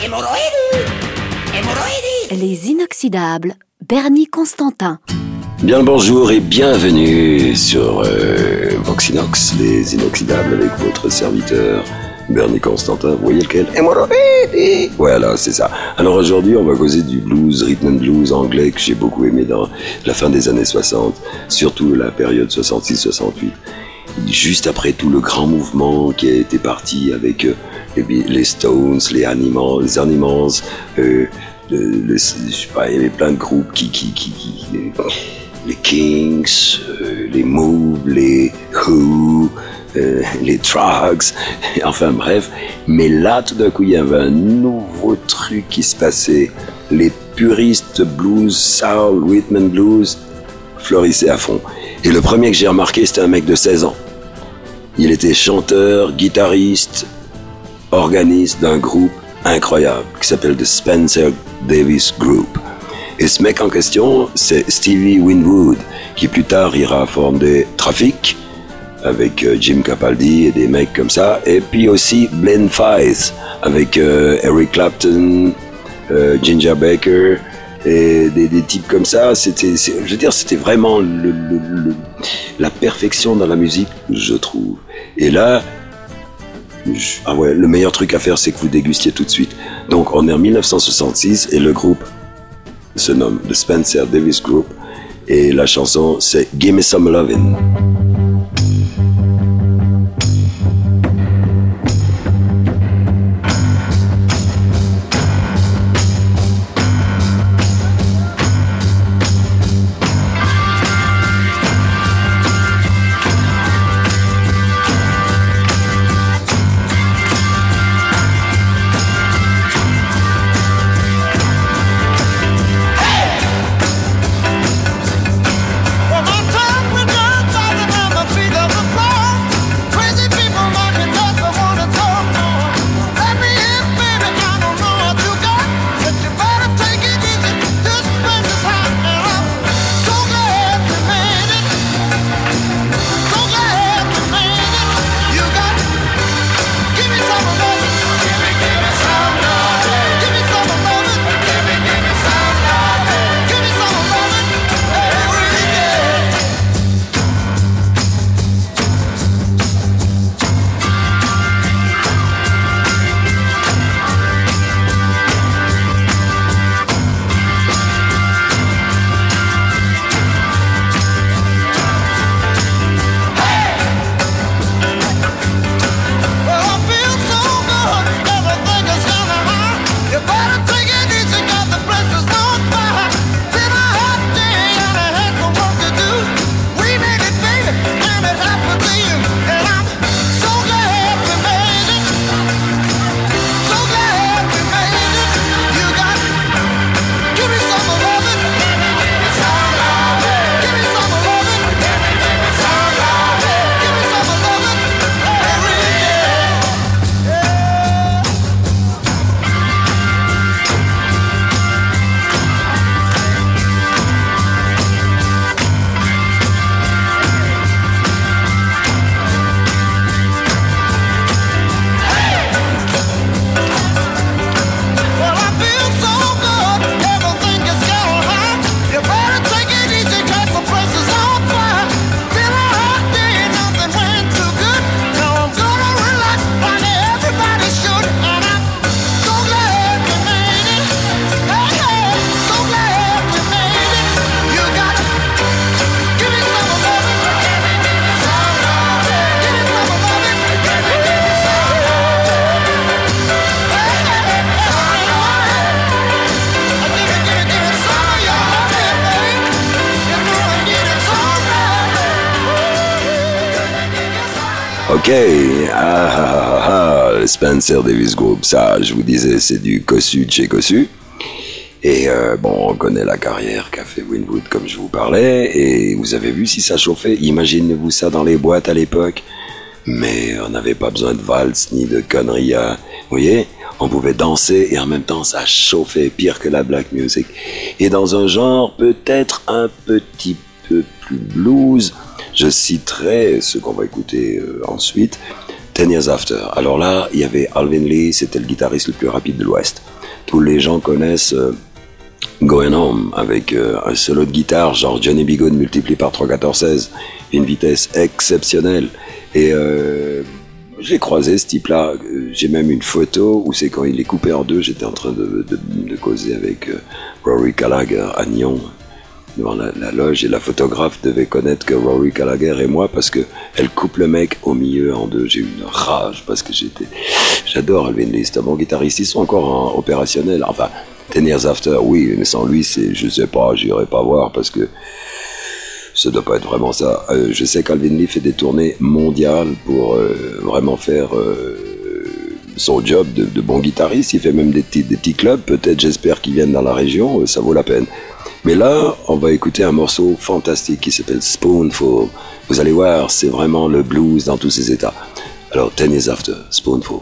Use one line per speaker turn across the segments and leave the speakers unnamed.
Les inoxydables, Bernie Constantin.
Bien le bonjour et bienvenue sur Voxinox, les inoxydables avec votre serviteur Bernie Constantin. Vous voyez lequel? Voilà, c'est ça. Alors aujourd'hui, on va causer du blues, rhythm and blues anglais que j'ai beaucoup aimé dans la fin des années 60, surtout la période 66-68. Juste après tout le grand mouvement qui a été parti avec les Stones, les Animals, je sais pas, il y avait plein de groupes les Kings, les Move, les Who, les Trucks, enfin bref. Mais là, tout d'un coup, il y avait un nouveau truc qui se passait. Les puristes blues, soul, rhythm and blues fleurissaient à fond. Et le premier que j'ai remarqué, c'était un mec de 16 ans. Il était chanteur, guitariste, organiste d'un groupe incroyable qui s'appelle The Spencer Davis Group. Et ce mec en question, c'est Stevie Winwood, qui plus tard ira fonder Traffic avec Jim Capaldi et des mecs comme ça. Et puis aussi Glenn Fies avec Eric Clapton, Ginger Baker et des types comme ça. C'était vraiment la perfection dans la musique, je trouve. Et là, le meilleur truc à faire, c'est que vous dégustiez tout de suite. Donc, on est en 1966 et le groupe se nomme The Spencer Davis Group et la chanson, c'est Gimme Some Lovin'. Ok, Spencer Davis Group, ça, je vous disais, c'est du Cossu de chez Cossu. Et on connaît la carrière qu'a fait Winwood, comme je vous parlais, et vous avez vu si ça chauffait. Imaginez-vous ça dans les boîtes à l'époque. Mais on n'avait pas besoin de valse ni de conneries à... Vous voyez, on pouvait danser et en même temps ça chauffait pire que la black music. Et dans un genre peut-être un petit peu plus blues, je citerai ce qu'on va écouter ensuite, 10 Years After. Alors là, il y avait Alvin Lee, c'était le guitariste le plus rapide de l'Ouest. tous les gens connaissent Going Home avec un solo de guitare genre Johnny B. Goode multiplié par 3/14-16, une vitesse exceptionnelle. Et j'ai croisé ce type-là. J'ai même une photo où c'est quand il est coupé en deux. J'étais en train de causer avec Rory Gallagher à Nyon devant la loge, et la photographe devait connaître que Rory Gallagher et moi parce que elle coupe le mec au milieu en deux. J'ai eu une rage parce que j'adore Alvin Lee, c'est un bon guitariste. Ils sont encore opérationnels. Enfin, 10 Years After, oui, mais sans lui, je sais pas, j'irai pas voir parce que ça doit pas être vraiment ça. Je sais qu'Alvin Lee fait des tournées mondiales pour vraiment faire son job de bon guitariste. Il fait même des petits clubs. Peut-être, j'espère qu'ils viennent dans la région. Ça vaut la peine. Mais là, on va écouter un morceau fantastique qui s'appelle Spoonful. Vous allez voir, c'est vraiment le blues dans tous ses états. Alors, 10 Years After, Spoonful.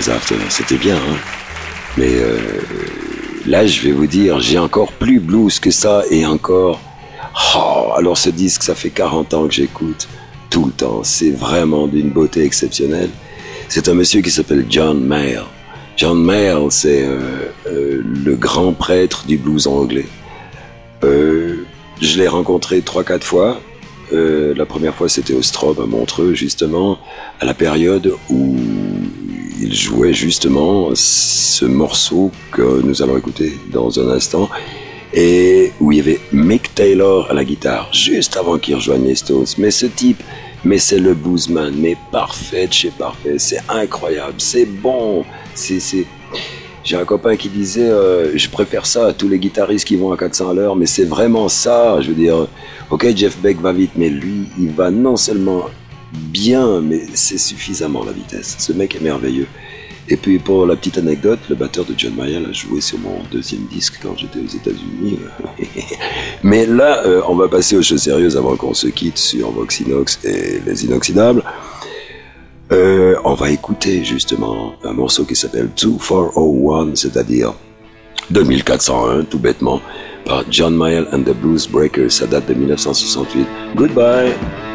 Blues After, c'était bien, hein. Mais là, je vais vous dire, j'ai encore plus blues que ça et encore... Oh, alors ce disque, ça fait 40 ans que j'écoute, tout le temps. C'est vraiment d'une beauté exceptionnelle. C'est un monsieur qui s'appelle John Mayall. John Mayall, c'est le grand prêtre du blues anglais. Je l'ai rencontré 3-4 fois. La première fois, c'était au Strobe à Montreux, justement, à la période où il jouait justement ce morceau que nous allons écouter dans un instant, et où il y avait Mick Taylor à la guitare, juste avant qu'il rejoigne les Stones. Mais ce type, mais c'est le bluesman, mais parfait de chez parfait, c'est incroyable, c'est bon, c'est... J'ai un copain qui disait je préfère ça à tous les guitaristes qui vont à 400 à l'heure, mais c'est vraiment ça. Je veux dire, ok, Jeff Beck va vite, mais lui, il va non seulement bien, mais c'est suffisamment la vitesse. Ce mec est merveilleux. Et puis pour la petite anecdote, le batteur de John Mayall a joué sur mon deuxième disque quand j'étais aux États-Unis. Mais là, on va passer aux choses sérieuses avant qu'on se quitte sur Voxinox et les Inoxydables. On va écouter justement un morceau qui s'appelle 2401, c'est-à-dire 2401, tout bêtement, par John Mayall and the Blues Breakers. Ça date de 1968. Goodbye!